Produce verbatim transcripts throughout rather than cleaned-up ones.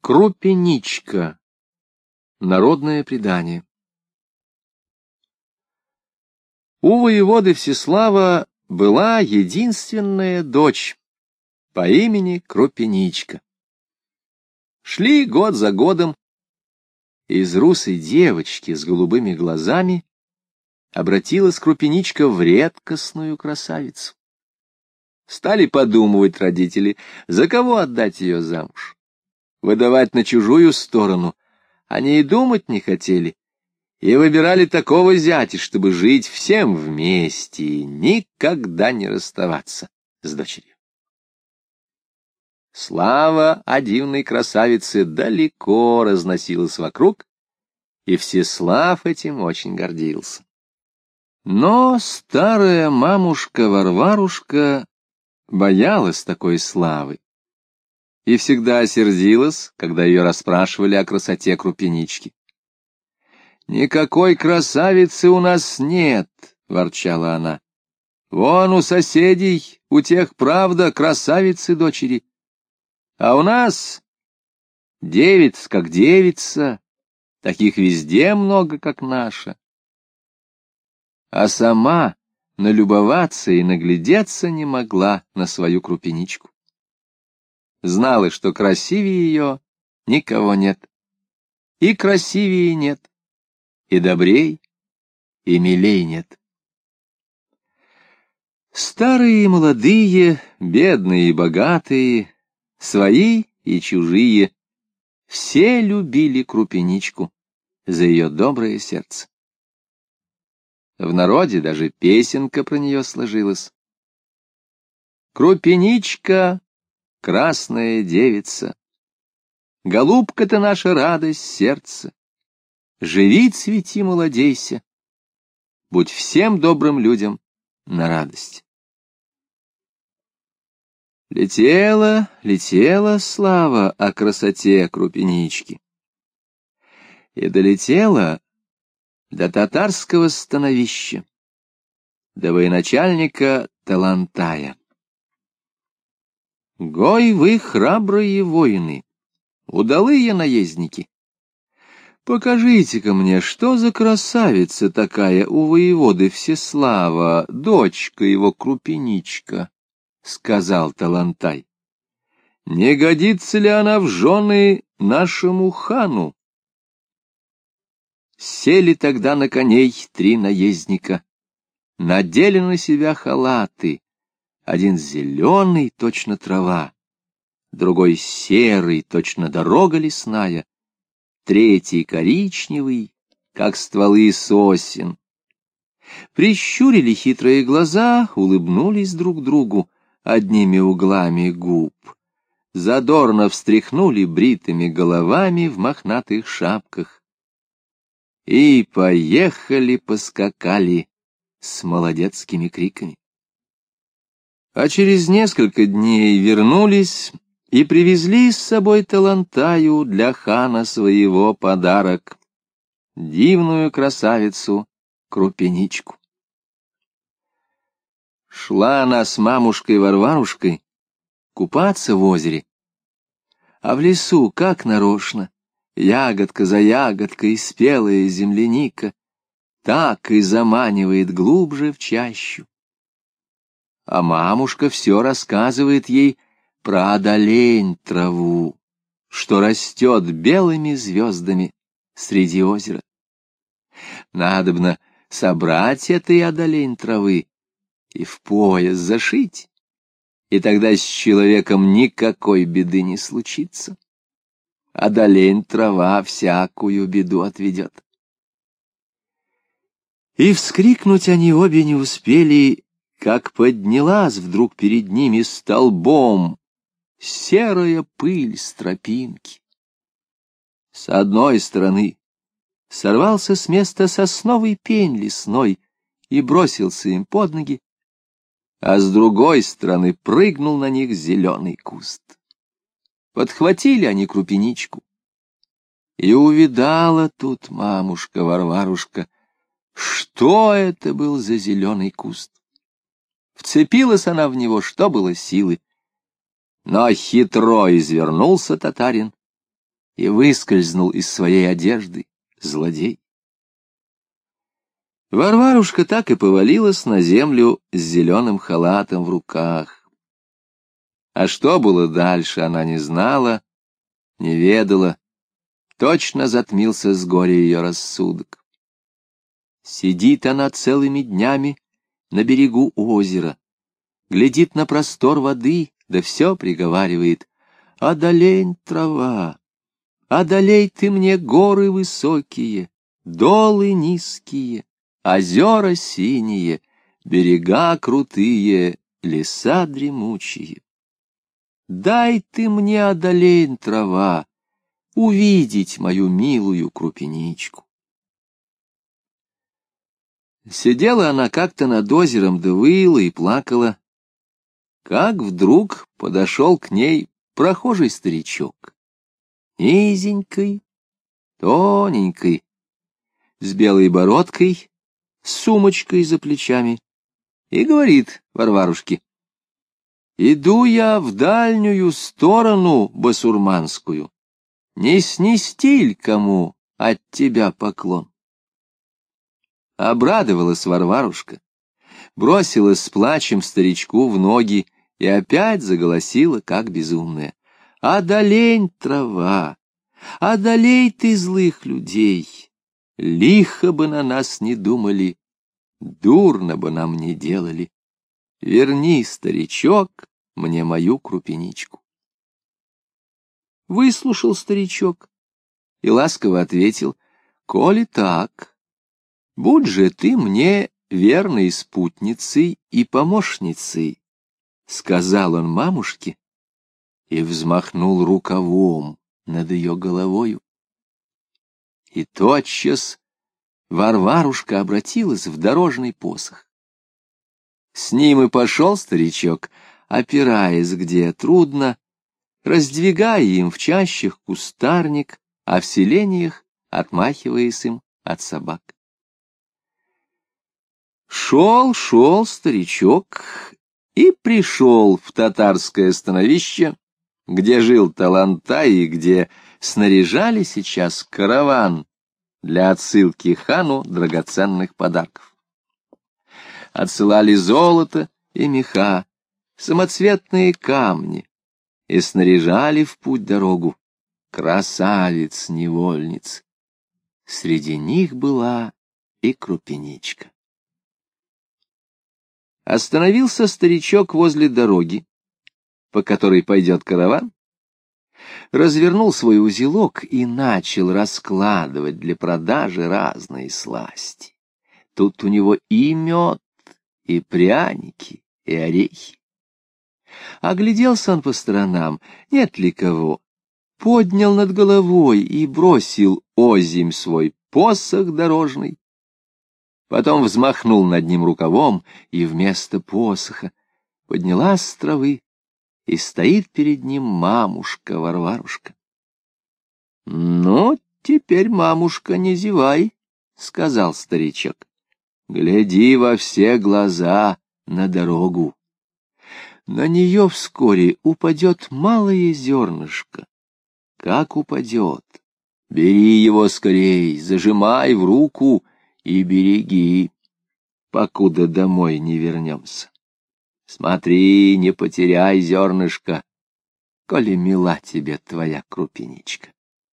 Крупиничка. Народное предание. У воеводы Всеслава была единственная дочь по имени Крупиничка. Шли год за годом, из русой девочки с голубыми глазами обратилась Крупиничка в редкостную красавицу. Стали подумывать родители, за кого отдать ее замуж. Выдавать на чужую сторону они и думать не хотели, и выбирали такого зятя, чтобы жить всем вместе и никогда не расставаться с дочерью. Слава о дивной красавице далеко разносилась вокруг, и Всеслав этим очень гордился. Но старая мамушка Варварушка боялась такой славы и всегда сердилась, когда ее расспрашивали о красоте Крупинички. «Никакой красавицы у нас нет», — ворчала она. «Вон у соседей, у тех, правда, красавицы дочери. А у нас девиц, как девица, таких везде много, как наша». А сама налюбоваться и наглядеться не могла на свою Крупиничку. Знала, что красивее ее никого нет, и красивее нет, и добрей, и милей нет. Старые и молодые, бедные и богатые, свои и чужие, все любили Крупиничку за ее доброе сердце. В народе даже песенка про нее сложилась. Крупиничка, красная девица, голубка ты наша радость сердца, живи, цвети, молодейся, будь всем добрым людям на радость. Летела, летела слава о красоте Крупинички, и долетела до татарского становища, до военачальника Талантая. Гой вы, храбрые воины, удалые наездники! Покажите-ка мне, что за красавица такая у воеводы Всеслава, дочка его Крупиничка, — сказал Талантай. Не годится ли она в жены нашему хану? Сели тогда на коней три наездника, надели на себя халаты, один зеленый, точно трава, другой серый, точно дорога лесная, третий коричневый, как стволы сосен. Прищурили хитрые глаза, улыбнулись друг другу одними углами губ, задорно встряхнули бритыми головами в мохнатых шапках и поехали-поскакали с молодецкими криками. А через несколько дней вернулись и привезли с собой Талантаю для хана своего подарок — дивную красавицу Крупиничку. Шла она с мамушкой Варварушкой купаться в озере, а в лесу, как нарочно, ягодка за ягодкой спелая земляника так и заманивает глубже в чащу. А мамушка все рассказывает ей про одолень траву, что растет белыми звездами среди озера. Надобно собрать этой одолень травы и в пояс зашить, и тогда с человеком никакой беды не случится. Одолень трава всякую беду отведет. И вскрикнуть они обе не успели, как поднялась вдруг перед ними столбом серая пыль с тропинки. С одной стороны сорвался с места сосновый пень лесной и бросился им под ноги, а с другой стороны прыгнул на них зеленый куст. Подхватили они Крупиничку, и увидала тут мамушка Варварушка, что это был за зеленый куст. Вцепилась она в него, что было силы, но хитро извернулся татарин и выскользнул из своей одежды злодей. Варварушка так и повалилась на землю с зеленым халатом в руках. А что было дальше, она не знала, не ведала. Точно затмился с горя ее рассудок. Сидит она целыми днями на берегу озера, глядит на простор воды, да все приговаривает: «Одолень, трава, одолей ты мне горы высокие, долы низкие, озера синие, берега крутые, леса дремучие. Дай ты мне, одолень, трава, увидеть мою милую крупиничку». Сидела она как-то над озером, да выла и плакала, как вдруг подошел к ней прохожий старичок, низенький, тоненький, с белой бородкой, с сумочкой за плечами, и говорит Варварушке: «Иду я в дальнюю сторону басурманскую, не снести ль кому от тебя поклон?» Обрадовалась Варварушка, бросилась с плачем старичку в ноги и опять заголосила, как безумная: «Одолень, трава, одолей ты злых людей, лихо бы на нас не думали, дурно бы нам не делали. Верни, старичок, мне мою крупиничку». Выслушал старичок и ласково ответил: «Коли так, будь же ты мне верной спутницей и помощницей», — сказал он мамушке и взмахнул рукавом над ее головою. И тотчас Варварушка обратилась в дорожный посох. С ним и пошел старичок, опираясь где трудно, раздвигая им в чащах кустарник, а в селениях отмахиваясь им от собак. Шел, шел старичок и пришел в татарское становище, где жил Талантай и где снаряжали сейчас караван для отсылки хану драгоценных подарков. Отсылали золото и меха, самоцветные камни, и снаряжали в путь дорогу красавиц-невольниц. Среди них была и крупиничка. Остановился старичок возле дороги, по которой пойдет караван, развернул свой узелок и начал раскладывать для продажи разные сласти. Тут у него и мед, и пряники, и орехи. Огляделся он по сторонам, нет ли кого, поднял над головой и бросил озимь свой посох дорожный. Потом взмахнул над ним рукавом, и вместо посоха поднялась с травы, и стоит перед ним мамушка Варварушка. — Ну, теперь, мамушка, не зевай, — сказал старичок. — Гляди во все глаза на дорогу. На нее вскоре упадет малое зернышко. Как упадет, бери его скорей, зажимай в руку и береги, покуда домой не вернемся. Смотри, не потеряй зернышко, коли мила тебе твоя крупиничка.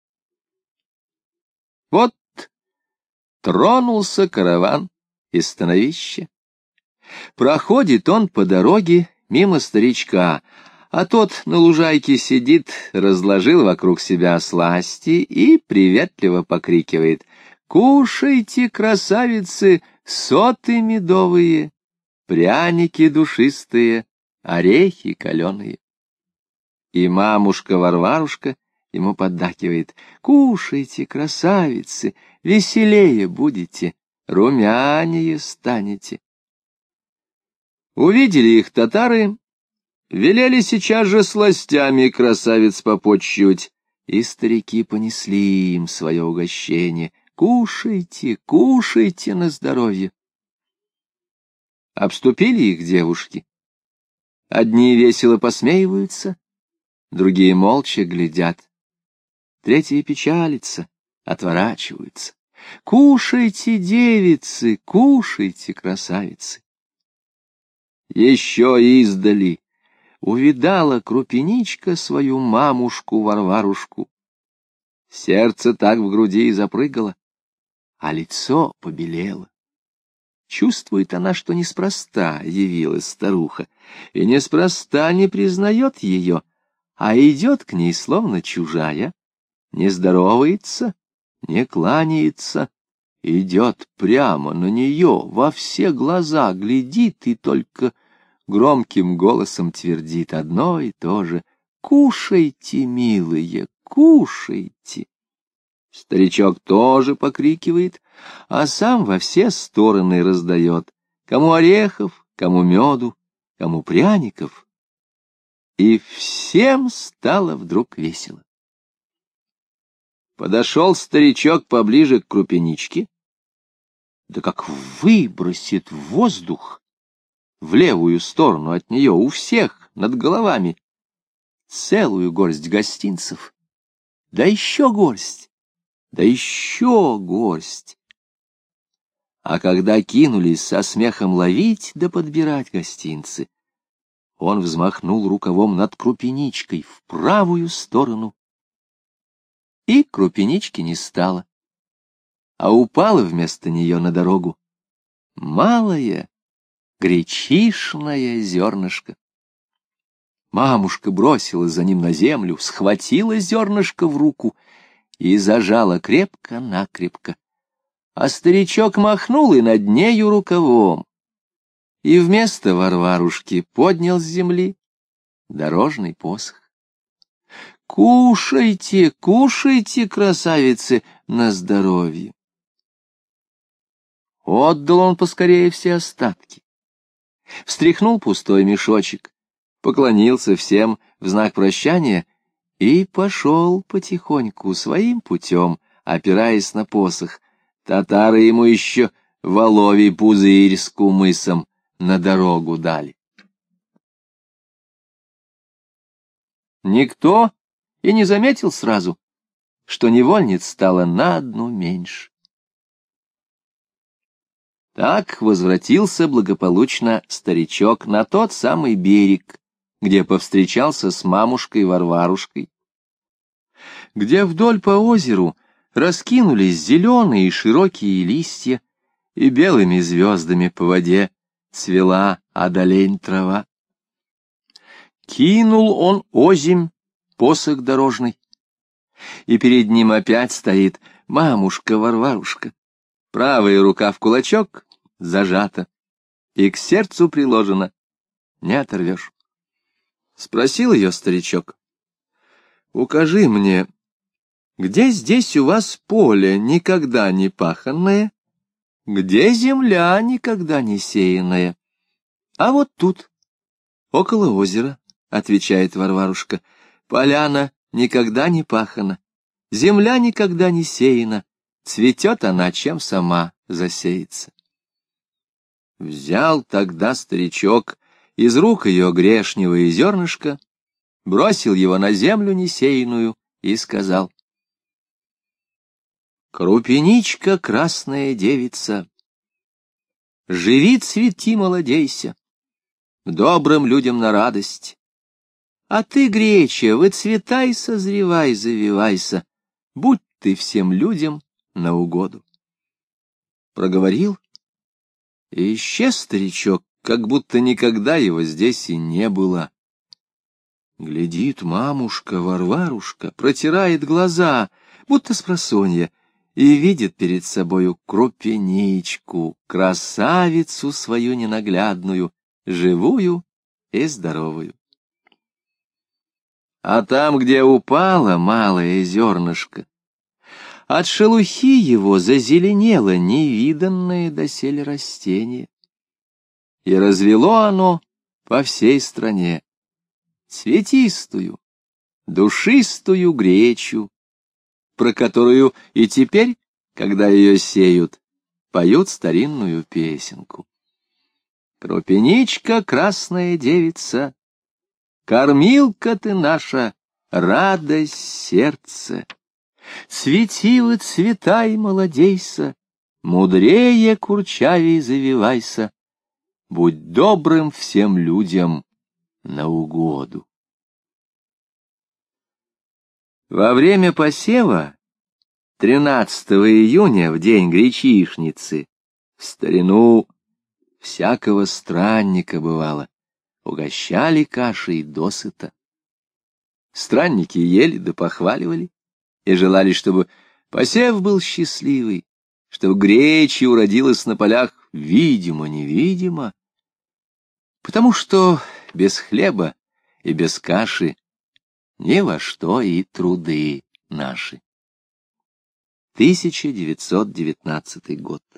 Вот тронулся караван из становища. Проходит он по дороге мимо старичка, а тот на лужайке сидит, разложил вокруг себя сласти и приветливо покрикивает: «Кушайте, красавицы, соты медовые, пряники душистые, орехи каленые». И мамушка Варварушка ему поддакивает: «Кушайте, красавицы, веселее будете, румянее станете». Увидели их татары, велели сейчас же сластями красавиц попотчевать, и старики понесли им свое угощение. Кушайте, кушайте на здоровье. Обступили их девушки. Одни весело посмеиваются, другие молча глядят. третья печалится, отворачиваются. Кушайте, девицы, кушайте, красавицы. Еще издали увидала Крупиничка свою мамушку Варварушку. Сердце так в груди и запрыгало, а лицо побелело. Чувствует она, что неспроста явилась старуха, и неспроста не признает ее, а идет к ней словно чужая, не здоровается, не кланяется, идет прямо на нее, во все глаза глядит и только громким голосом твердит одно и то же: «Кушайте, милые, кушайте». Старичок тоже покрикивает, а сам во все стороны раздает: кому орехов, кому меду, кому пряников. И всем стало вдруг весело. Подошел старичок поближе к Крупиничке, да как выбросит в воздух в левую сторону от нее у всех над головами целую горсть гостинцев, да еще горсть, да еще горсть. А когда кинулись со смехом ловить да подбирать гостинцы, он взмахнул рукавом над Крупиничкой в правую сторону, и Крупинички не стало, а упало вместо нее на дорогу малое гречишное зернышко. Мамушка бросилась за ним на землю, схватила зернышко в руку и зажала крепко-накрепко. А старичок махнул и над нею рукавом, и вместо Варварушки поднял с земли дорожный посох. Кушайте, кушайте, красавицы, на здоровье. Отдал он поскорее все остатки, встряхнул пустой мешочек, поклонился всем в знак прощания и пошел потихоньку своим путем, опираясь на посох. Татары ему еще воловий пузырь с кумысом на дорогу дали. Никто и не заметил сразу, что невольниц стало на одну меньше. Так возвратился благополучно старичок на тот самый берег, где повстречался с мамушкой Варварушкой, где вдоль по озеру раскинулись зеленые широкие листья, и белыми звездами по воде цвела одолень трава. Кинул он озимь посох дорожный, и перед ним опять стоит мамушка Варварушка. Правая рука в кулачок зажата, и к сердцу приложена, не оторвешь. Спросил ее старичок: «Укажи мне, где здесь у вас поле никогда не паханное, где земля никогда не сеянная?» «А вот тут, около озера», — отвечает Варварушка, — «поляна никогда не пахана, земля никогда не сеяна, цветет она, чем сама засеется». Взял тогда старичок из рук ее грешнего зернышка, бросил его на землю несеянную и сказал: «Крупиничка, красная девица, живи, цвети, молодейся, добрым людям на радость. А ты, греча, выцветай, созревай, завивайся, будь ты всем людям на угоду». Проговорил, и исчез старичок, как будто никогда его здесь и не было. Глядит мамушка Варварушка, протирает глаза, будто спросонья, и видит перед собою Крупиничку, красавицу свою ненаглядную, живую и здоровую. А там, где упало малое зернышко, от шелухи его зазеленело невиданное доселе растение, и развело оно по всей стране цветистую, душистую гречу, про которую и теперь, когда ее сеют, поют старинную песенку. Крупиничка, красная девица, кормилка ты наша, радость сердца. Цвети, выцветай, молодейся, мудрее, курчавей завивайся, будь добрым всем людям на угоду. Во время посева, тринадцатого июня, в день гречишницы, в старину всякого странника бывало, угощали кашей досыта. Странники ели да похваливали и желали, чтобы посев был счастливый, чтобы гречья уродилась на полях видимо-невидимо, потому что без хлеба и без каши ни во что и труды наши. тысяча девятьсот девятнадцатый год.